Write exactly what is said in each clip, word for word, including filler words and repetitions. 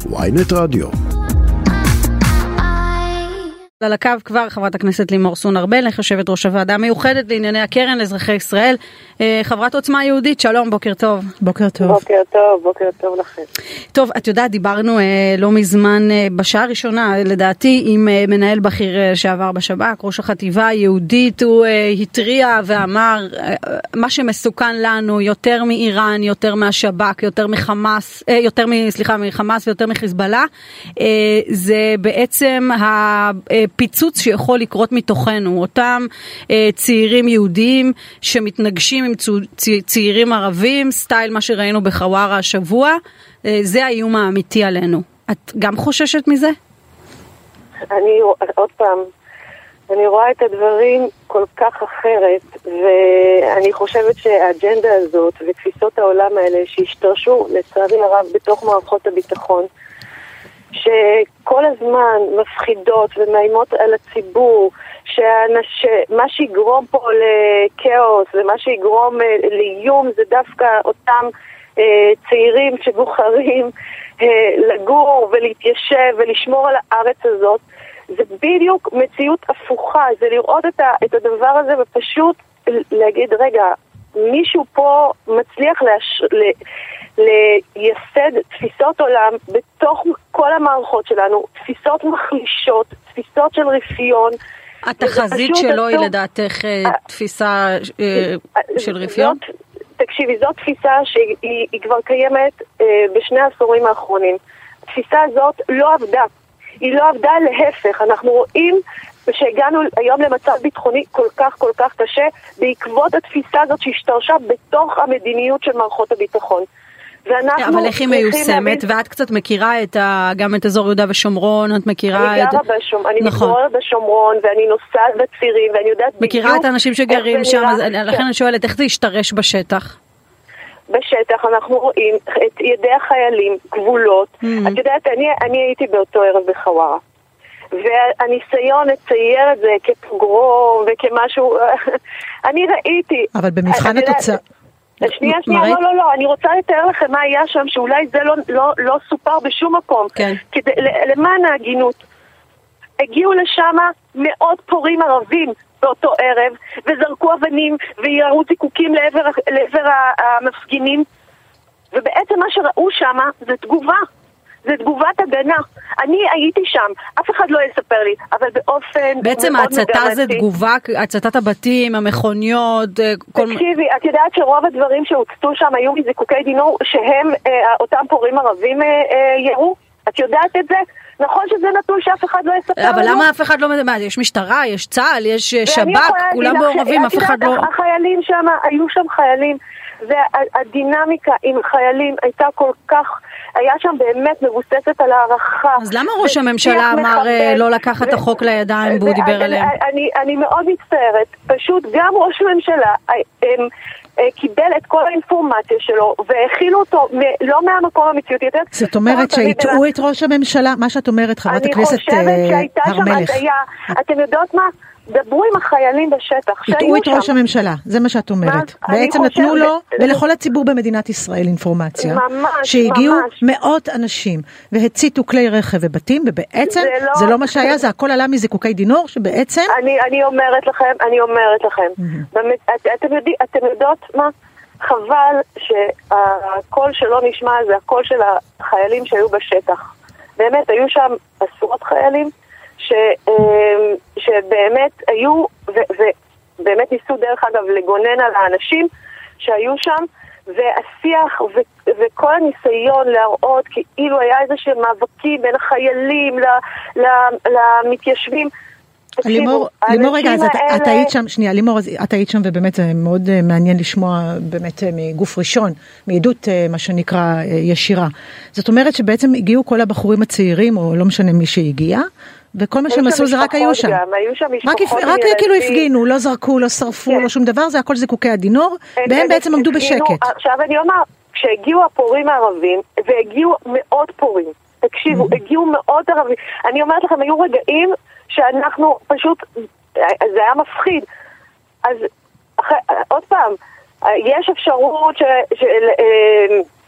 וויינט רדיו. על הקו כבר חברת הכנסת לימור סון ארבל, יושבת ראש הוועדה המיוחדת לענייני הקרן לאזרחי ישראל. חברת עוצמה יהודית, שלום, בוקר טוב. בוקר טוב. בוקר טוב, בוקר טוב לכם. טוב, את יודעת, דיברנו לא מזמן, בשעה הראשונה, לדעתי, עם מנהל בכיר שעבר בשב"כ, ראש החטיבה היהודית, הוא התריע ואמר, מה שמסוכן לנו יותר מאיראן, יותר מהשב"כ, יותר מחמאס, יותר מ, סליחה, מחמאס ויותר מחיזבאללה, זה בעצם ה פיצוץ שיכול לקרות מתוכנו, אותם אה, צעירים יהודים שמתנגשים עם צו, צעירים ערבים, סטייל מה שראינו בחווארה השבוע, אה, זה האיום האמיתי עלינו. את גם חוששת מזה? אני, עוד פעם, אני רואה את הדברים כל כך אחרת, ואני חושבת שהאג'נדה הזאת ותפיסות העולם האלה שהשתרשו לצערי הרב בתוך מערכות הביטחון, שכל הזמן מפחידות ומאיימות על הציבור, שמה שיגרום פה לקאוס ומה שיגרום לאיום זה דווקא אותם אה, צעירים שבוחרים אה, לגור ולהתיישב ולשמור על הארץ הזאת. זה בדיוק מציאות הפוכה, זה לראות את, ה, את הדבר הזה ופשוט להגיד, רגע, מישהו פה מצליח להש... ל... לייסד תפיסות עולם בתוך כל המערכות שלנו, תפיסות מחלישות, תפיסות של רפיון. התחזית שלו היא לדעתך תפיסה של רפיון? תקשיבי, זאת תפיסה שהיא כבר קיימת בשני העשורים האחרונים. התפיסה הזאת לא עבדה. היא לא עבדה, להפך. אנחנו רואים שהגענו היום למצב ביטחוני כל כך כל כך קשה בעקבות התפיסה הזאת שהשתרשה בתוך המדיניות של מערכות הביטחון. אבל איך היא מיושמת, ואת קצת מכירה את ה, גם את אזור יהודה ושומרון, את מכירה אני את... גרה בשומרון, אני מתגוררת בשומרון, ואני נוסעת בצירים, ואני יודעת בדיוק... מכירה את האנשים שגרים שם, אז לכן אני שואלת, איך זה ישתרש בשטח? בשטח אנחנו רואים את ידי החיילים גבולות. את יודעת, אני הייתי באותו ערב בחווארה, והניסיון לצייר את זה כפוגרום וכמשהו, אני ראיתי... אבל במבחן התוצאה... שנייה, שנייה, לא, לא, לא, אני רוצה לתאר לכם מה היה שם, שאולי זה לא, לא, לא סופר בשום מקום. כן. כדי, למען ההגינות, הגיעו לשם מאות פורים ערבים באותו ערב, וזרקו אבנים, וירו זיקוקים לעבר, לעבר המפגינים, ובעצם מה שראו שם זה תגובה. זה תגובת הגנה. אני הייתי שם, אף אחד לא יספר לי, אבל באופן... בעצם ההצתה זה תגובה, הצתת הבתים, המכוניות, כל... תקשיבי, את יודעת שרוב הדברים שהוצתו שם היו מזיקוקי דינור, שהם, אה, אותם פורים ערבים אה, אה, ירו? את יודעת את זה? נכון שזה נתון שאף אחד לא יספר לנו? אבל למה אף אחד לא מדבר? יש משטרה, יש צה"ל, יש שב"כ, כולם מעורבים, אף אחד לא... החיילים שם, היו שם חיילים, והדינמיקה עם חיילים הייתה כל כך... היה שם באמת מבוססת על הערכה. אז למה ראש הממשלה אמר לא לקחת את החוק לידיים והוא דיבר עליהם? אני מאוד מצטערת. פשוט גם ראש הממשלה קיבל את כל האינפורמציה שלו והכילו אותו לא מהמקום המציאותי. זאת אומרת שהטעו את ראש הממשלה, מה שאת אומרת חברת הכנסת הרמלך. אני חושבת שהייתה שם הטעיה. אתם יודעות מה? דברו עם החיילים בשטח. הטעו את ראש הממשלה, זה מה שאת אומרת. בעצם נתנו לו ולכל הציבור במדינת ישראל אינפורמציה. שהגיעו מאות אנשים והציתו כלי רכב ובתים, ובעצם זה לא מה שהיה, זה הכל עלה מזיקוקי דינור, שבעצם... אני אומרת לכם, אני אומרת לכם. אתם יודעות מה? חבל שהקול שלא נשמע זה הקול של החיילים שהיו בשטח. באמת, היו שם עשרות חיילים, ש, שבאמת היו, ובאמת ניסו דרך אגב לגונן על האנשים שהיו שם, והשיח ו, וכל הניסיון להראות כאילו היה איזה שהם מאבקים בין החיילים למתיישבים. לימור, לימור רגע, אז את היית שם, שנייה, לימור, את היית שם ובאמת זה מאוד מעניין לשמוע באמת מגוף ראשון, מעדות מה שנקרא ישירה. זאת אומרת שבעצם הגיעו כל הבחורים הצעירים, או לא משנה מי שהגיע, וכל מה שהם עשו זה רק היו שם. רק כאילו הפגינו, לא זרקו, לא שרפו, לא שום דבר, זה הכל זיקוקי הדינור, והם בעצם עמדו בשקט. עכשיו אני אומר, כשהגיעו הפורים הערבים, והגיעו מאות פורים, תקשיבו, הגיעו מאות ערבים, אני אומרת לכם, היו רגעים שאנחנו פשוט, זה היה מפחיד. אז עוד פעם, יש אפשרות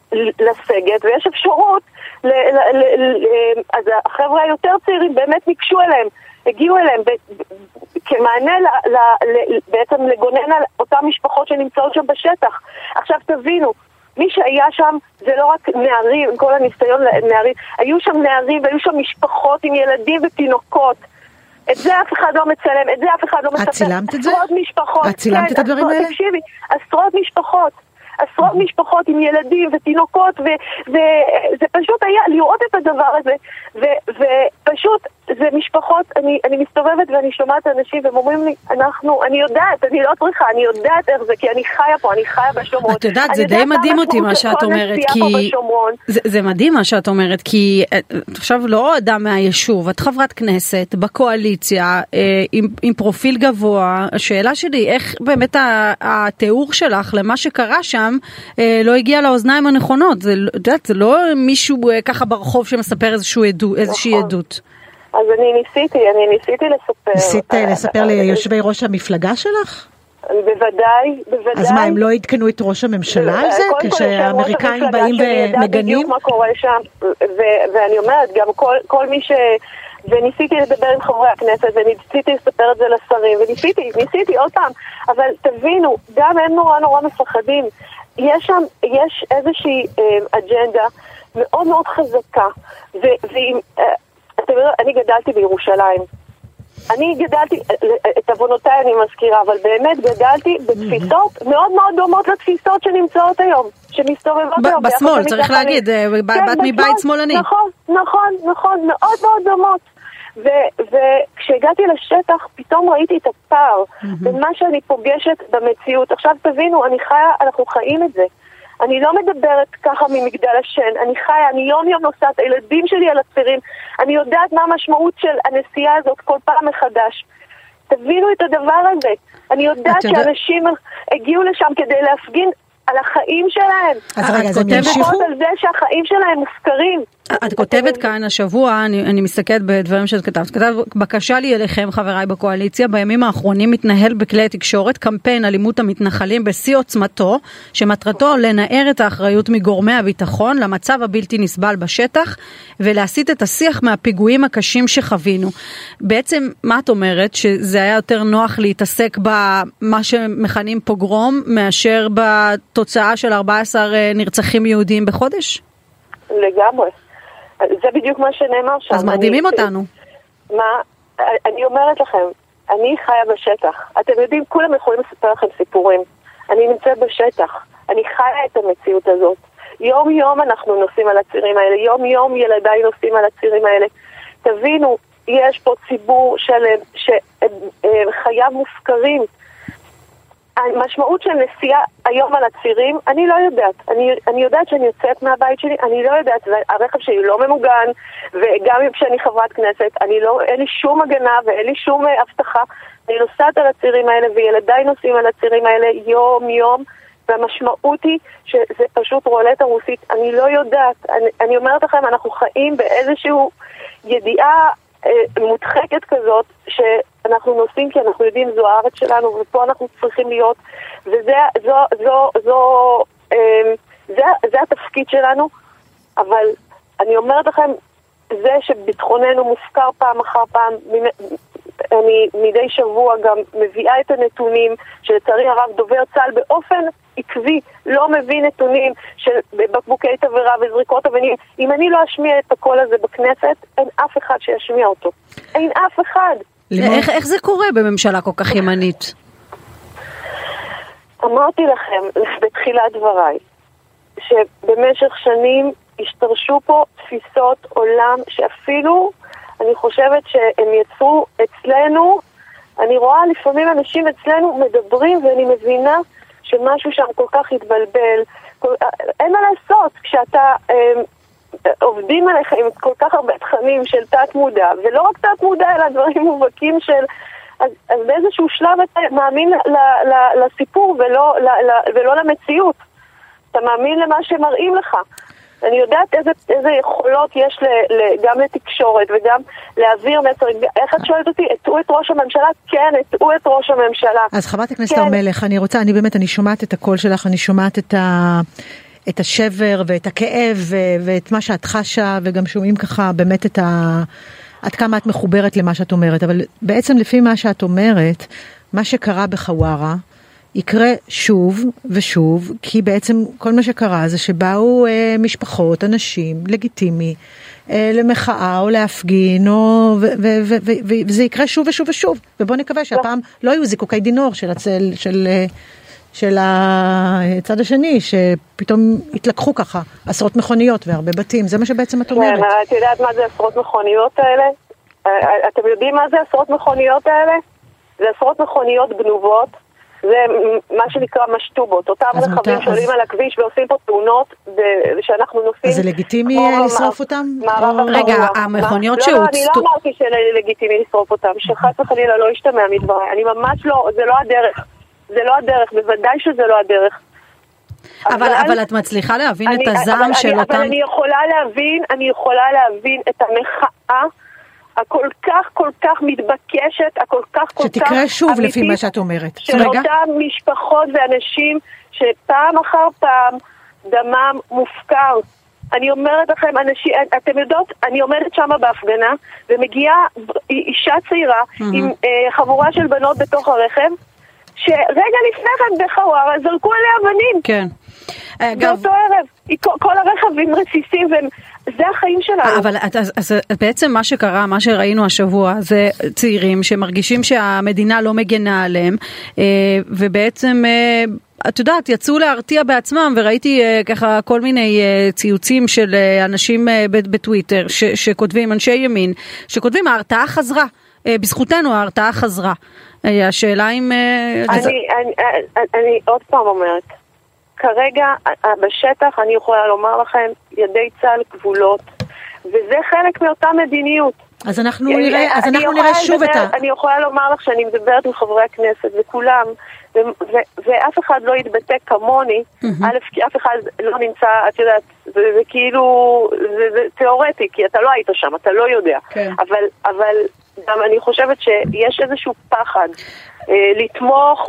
לסגת, ויש אפשרות, ל, ל, ל, ל, אז החבר'ה היותר צעירים באמת ניגשו אליהם, הגיעו אליהם ב, ב, כמענה ל, ל, ל, בעצם לגונן על אותם משפחות שנמצאות שם בשטח. עכשיו תבינו, מי שהיה שם זה לא רק נערים, עם כל הניסיון לנערים, היו שם נערים והיו שם משפחות עם ילדים ותינוקות. את זה אף אחד לא מצלם, את זה אף אחד לא מספר. את צילמת את זה? עשרות משפחות. את צילמת כן, את הדברים האלה? תקשיבי, עשרות משפחות. עשרות משפחות עם ילדים ותינוקות, וזה פשוט היה לראות את הדבר הזה, ופשוט זה משפחות, אני, אני מסתובבת ואני שומעת אנשים והם אומרים לי, אנחנו, אני יודעת, אני לא צריכה, אני יודעת איך זה, כי אני חיה פה, אני חיה בשומרון. את יודעת, זה די מדהים אותי מה שאת אומרת, כי זה, זה מדהים מה שאת אומרת, כי עכשיו לא אדם מהיישוב, את חברת כנסת בקואליציה, עם, עם פרופיל גבוה, השאלה שלי, איך באמת התיאור שלך למה שקרה שם, לא הגיע לאוזניים הנכונות, זה, יודעת, זה לא מישהו ככה ברחוב שמספר איזשהו עדות, איזושהי עדות. אז אני ניסיתי, אני ניסיתי לספר. ניסית לספר ליושבי ראש המפלגה שלך? בוודאי, בוודאי. אז מה, הם לא עדכנו את ראש הממשלה על זה? כשהאמריקאים באים ומגנים? בדיוק מה קורה שם, ואני אומרת, גם כל מי ש... וניסיתי לדבר עם חברי הכנסת, וניסיתי לספר את זה לשרים, וניסיתי, ניסיתי עוד פעם, אבל תבינו, גם הם נורא נורא מפחדים. יש שם, יש איזושהי אג'נדה מאוד מאוד חזקה, ועם... אני גדלתי בירושלים. אני גדלתי, את עוונותיי אני מזכירה, אבל באמת גדלתי בתפיסות מאוד מאוד דומות לתפיסות שנמצאות היום, שמסתובבות היום. בשמאל, צריך להגיד, בת מבית שמאלני. נכון, נכון, נכון, מאוד מאוד דומות. וכשהגעתי לשטח, פתאום ראיתי את הפער בין מה שאני פוגשת במציאות. עכשיו תבינו, אני חיה, אנחנו חיים את זה. אני לא מדברת ככה ממגדל השן, אני חיה, אני יום יום נוסעת, הילדים שלי על הצירים, אני יודעת מה המשמעות של הנסיעה הזאת כל פעם מחדש. תבינו את הדבר הזה. אני יודעת שאנשים הגיעו לשם כדי להפגין על החיים שלהם. אז רגע, אז הם ימשיכו? על זה שהחיים שלהם מופקרים. את כותבת כאן השבוע, אני, אני מסתכלת בדברים שאת כתבת, כתבת בקשה לי אליכם חבריי בקואליציה, בימים האחרונים מתנהל בכלי התקשורת קמפיין אלימות המתנחלים בשיא עוצמתו, שמטרתו לנער את האחריות מגורמי הביטחון למצב הבלתי נסבל בשטח, ולהסיט את השיח מהפיגועים הקשים שחווינו. בעצם מה את אומרת? שזה היה יותר נוח להתעסק במה שמכנים פוגרום, מאשר בתוצאה של ארבעה עשר נרצחים יהודים בחודש? לגמרי. זה בדיוק מה שנאמר שם. אז מרדימים אותנו. מה? אני אומרת לכם, אני חיה בשטח. אתם יודעים, כולם יכולים לספר לכם סיפורים. אני נמצאת בשטח. אני חיה את המציאות הזאת. יום יום אנחנו נוסעים על הצירים האלה. יום יום ילדיי נוסעים על הצירים האלה. תבינו, יש פה ציבור שלם שחייו מופקרים. המשמעות של נסיעה היום על הצירים, אני לא יודעת. אני, אני יודעת שאני יוצאת מהבית שלי, אני לא יודעת, והרכב שלי לא ממוגן, וגם כשאני חברת כנסת, אני לא, אין לי שום הגנה ואין לי שום הבטחה. אני נוסעת על הצירים האלה, וילדיי נוסעים על הצירים האלה יום יום, והמשמעות היא שזה פשוט רולטה רוסית. אני לא יודעת. אני, אני אומרת לכם, אנחנו חיים באיזשהו ידיעה אה, מודחקת כזאת, שאנחנו נוסעים כי אנחנו יודעים זו הארץ שלנו, ופה אנחנו צריכים להיות, וזה זו, זו, זו, אה, זה, זה התפקיד שלנו, אבל אני אומרת לכם, זה שביטחוננו מופקר פעם אחר פעם, אני מדי שבוע גם מביאה את הנתונים שלצערי הרב דובר צה"ל באופן עקבי לא מביא נתונים של בקבוקי תבערה וזריקות אבנים. אם אני לא אשמיע את הקול הזה בכנסת, אין אף אחד שישמיע אותו. אין אף אחד. איך, איך זה קורה בממשלה כל כך ימנית? אמרתי לכם בתחילת דבריי שבמשך שנים השתרשו פה תפיסות עולם שאפילו אני חושבת שהם יצרו אצלנו, אני רואה לפעמים אנשים אצלנו מדברים ואני מבינה שמשהו שם כל כך התבלבל. כל, אין מה לעשות כשאתה אה, עובדים עליך עם כל כך הרבה תכנים של תת מודע, ולא רק תת מודע אלא דברים מובהקים של, אז, אז באיזשהו שלב אתה מאמין ל, ל, ל, לסיפור ולא, ל, ל, ולא למציאות. אתה מאמין למה שמראים לך. אני יודעת איזה, איזה יכולות יש ל, ל, גם לתקשורת וגם להעביר מסר. איך את שואלת אותי? הטעו את ראש הממשלה? כן, הטעו את ראש הממשלה. אז חברת הכנסת הר מלך, אני רוצה, אני באמת, אני שומעת את הקול שלך, אני שומעת את ה... את השבר ואת הכאב ואת מה שאת חשה, וגם שומעים ככה באמת את ה... עד כמה את מחוברת למה שאת אומרת. אבל בעצם לפי מה שאת אומרת, מה שקרה בחווארה יקרה שוב ושוב, כי בעצם כל מה שקרה זה שבאו אה, משפחות, אנשים, לגיטימי, אה, למחאה או להפגין, או, ו, ו, ו, ו, ו, וזה יקרה שוב ושוב ושוב. ובוא נקווה שהפעם לא יהיו זיקוקי דינור של הצל, של, של הצד השני, שפתאום התלקחו ככה עשרות מכוניות והרבה בתים. זה מה שבעצם את אומרת. כן, את יודעת מה זה עשרות מכוניות האלה? אתם יודעים מה זה עשרות מכוניות האלה? זה עשרות מכוניות גנובות. זה מה שנקרא משטובות, אותם רכבים שעולים על הכביש ועושים פה תאונות ושאנחנו נוסעים. אז זה לגיטימי לשרוף אותם? רגע, המכוניות שהוצטו... לא, אני לא אמרתי שלגיטימי לשרוף אותם, שחס וחלילה לא ישתמע מדבריי. אני ממש לא, זה לא הדרך. זה לא הדרך, בוודאי שזה לא הדרך. אבל, אבל את מצליחה להבין את הזעם של אותם... אבל אני יכולה להבין, אני יכולה להבין את המחאה הכל כך, כל כך מתבקשת, הכל כך, כל כך... שתקרה שוב לפי מה שאת אומרת. של אותם משפחות ואנשים שפעם אחר פעם דמם מופקר. אני אומרת לכם, אנשים, אתם יודעות, אני עומדת שם בהפגנה, ומגיעה אישה צעירה עם חבורה של בנות בתוך הרכב, שרגע לפני כן בחווארה זרקו עליה אבנים. כן. באותו ערב. כל הרכב עם רסיסים, זה החיים שלנו. אבל אז, אז בעצם מה שקרה, מה שראינו השבוע, זה צעירים שמרגישים שהמדינה לא מגנה עליהם, ובעצם... את יודעת, יצאו להרתיע בעצמם, וראיתי uh, ככה כל מיני uh, ציוצים של uh, אנשים uh, בטוויטר, ש- שכותבים, אנשי ימין, שכותבים, ההרתעה חזרה. Uh, בזכותנו ההרתעה חזרה. Uh, השאלה אם... Uh, אני, אני, אני, אני עוד פעם אומרת, כרגע בשטח אני יכולה לומר לכם, ידי צה"ל כבולות, וזה חלק מאותה מדיניות. אז אנחנו נראה, אז אנחנו נראה שוב את ה... אני יכולה לומר לך שאני מדברת עם חברי הכנסת, וכולם, ואף אחד לא יתבטא כמוני, א', כי אף אחד לא נמצא, את יודעת, זה כאילו, זה תיאורטי, כי אתה לא היית שם, אתה לא יודע. אבל גם אני חושבת שיש איזשהו פחד לתמוך,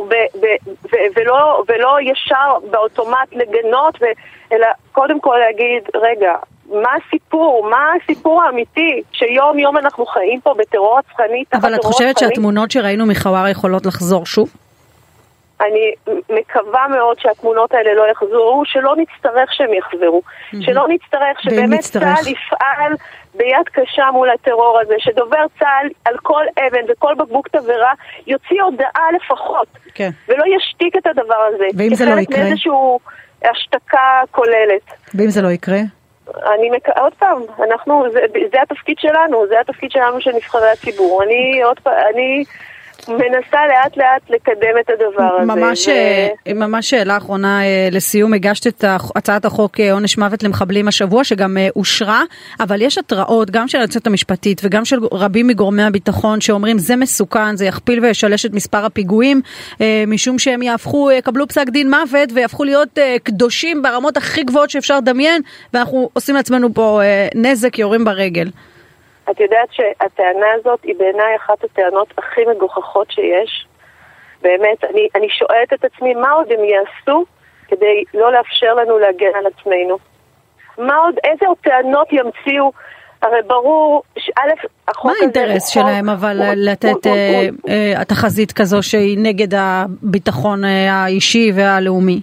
ולא ישר באוטומט לגנות, אלא קודם כל להגיד, רגע, מה הסיפור? מה הסיפור האמיתי? שיום יום אנחנו חיים פה בטרור הצחני. אבל את חושבת שהתמונות שראינו מחווארה יכולות לחזור שוב? אני מקווה מאוד שהתמונות האלה לא יחזרו, שלא נצטרך שהם יחזרו. שלא נצטרך, שבאמת צה"ל יפעל ביד קשה מול הטרור הזה, שדובר צה"ל על כל אבן וכל בקבוק תבערה יוציא הודעה לפחות, ולא ישתיק את הדבר הזה. ואם זה לא יקרה? כחלק מאיזשהו השתקה כוללת. ואם זה לא יקרה? אני מק... עוד פעם, אנחנו, זה, זה התפקיד שלנו, זה התפקיד שלנו של נבחרי הציבור. אני עוד פעם, אני מנסה לאט לאט לקדם את הדבר הזה. ממש, ו... ממש שאלה אחרונה לסיום, הגשת את הצעת החוק עונש מוות למחבלים השבוע, שגם אושרה, אבל יש התראות גם של היועצת המשפטית וגם של רבים מגורמי הביטחון שאומרים זה מסוכן, זה יכפיל וישלש את מספר הפיגועים, משום שהם יהפכו, יקבלו פסק דין מוות ויהפכו להיות קדושים ברמות הכי גבוהות שאפשר לדמיין, ואנחנו עושים לעצמנו פה נזק, יורים ברגל. את יודעת שהטענה הזאת היא בעיניי אחת הטענות הכי מגוחכות שיש. באמת, אני, אני שואלת את עצמי, מה עוד הם יעשו כדי לא לאפשר לנו להגן על עצמנו? מה עוד, איזה עוד טענות ימציאו? הרי ברור, שא', החוק הזה... מה האינטרס שלהם אבל לתת התחזית כזו שהיא נגד הביטחון האישי והלאומי?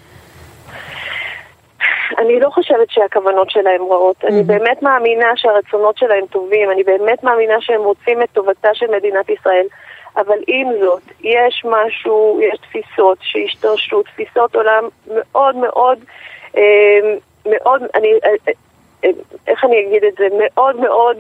אני לא חושבת שהכוונות שלהם רעות. אני באמת מאמינה שהרצונות שלהם טובים. אני באמת מאמינה שהם רוצים את טובתה של מדינת ישראל. אבל עם זאת, יש משהו, יש תפיסות שהשתרשו, תפיסות עולם מאוד מאוד, מאוד, אני, איך אני אגיד את זה? מאוד מאוד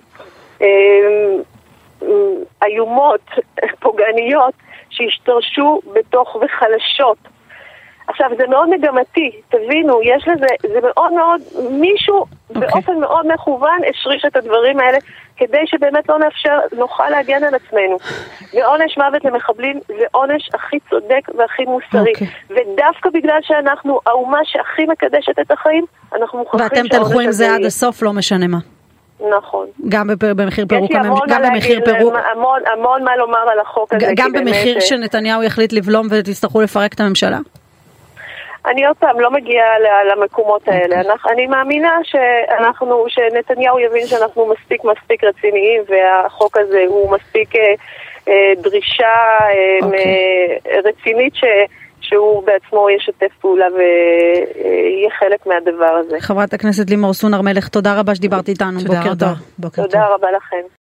איומות, פוגעניות, שהשתרשו בתוך וחלשות. עכשיו, זה מאוד מגמתי, תבינו, יש לזה, זה מאוד מאוד, מישהו okay. באופן מאוד מכוון השריש את הדברים האלה, כדי שבאמת לא נאפשר, נוכל להגן על עצמנו. ועונש מוות למחבלים זה עונש הכי צודק והכי מוסרי. Okay. ודווקא בגלל שאנחנו האומה שהכי מקדשת את החיים, אנחנו מוכרחים ואתם תלכו עם זה עד הסוף, לא משנה מה. נכון. גם במחיר פירוק, גם במחיר פירוק. המון, המון מה לומר על החוק הזה. גם במחיר שנתניהו יחליט לבלום ותצטרכו לפרק את הממשלה? אני עוד פעם לא מגיעה למקומות האלה. אני מאמינה שאנחנו, שנתניהו יבין שאנחנו מספיק מספיק רציניים, והחוק הזה הוא מספיק דרישה רצינית שהוא בעצמו ישתף פעולה ויהיה חלק מהדבר הזה. חברת הכנסת לימור סון הר מלך, תודה רבה שדיברת איתנו. בוקר טוב. תודה רבה לכם.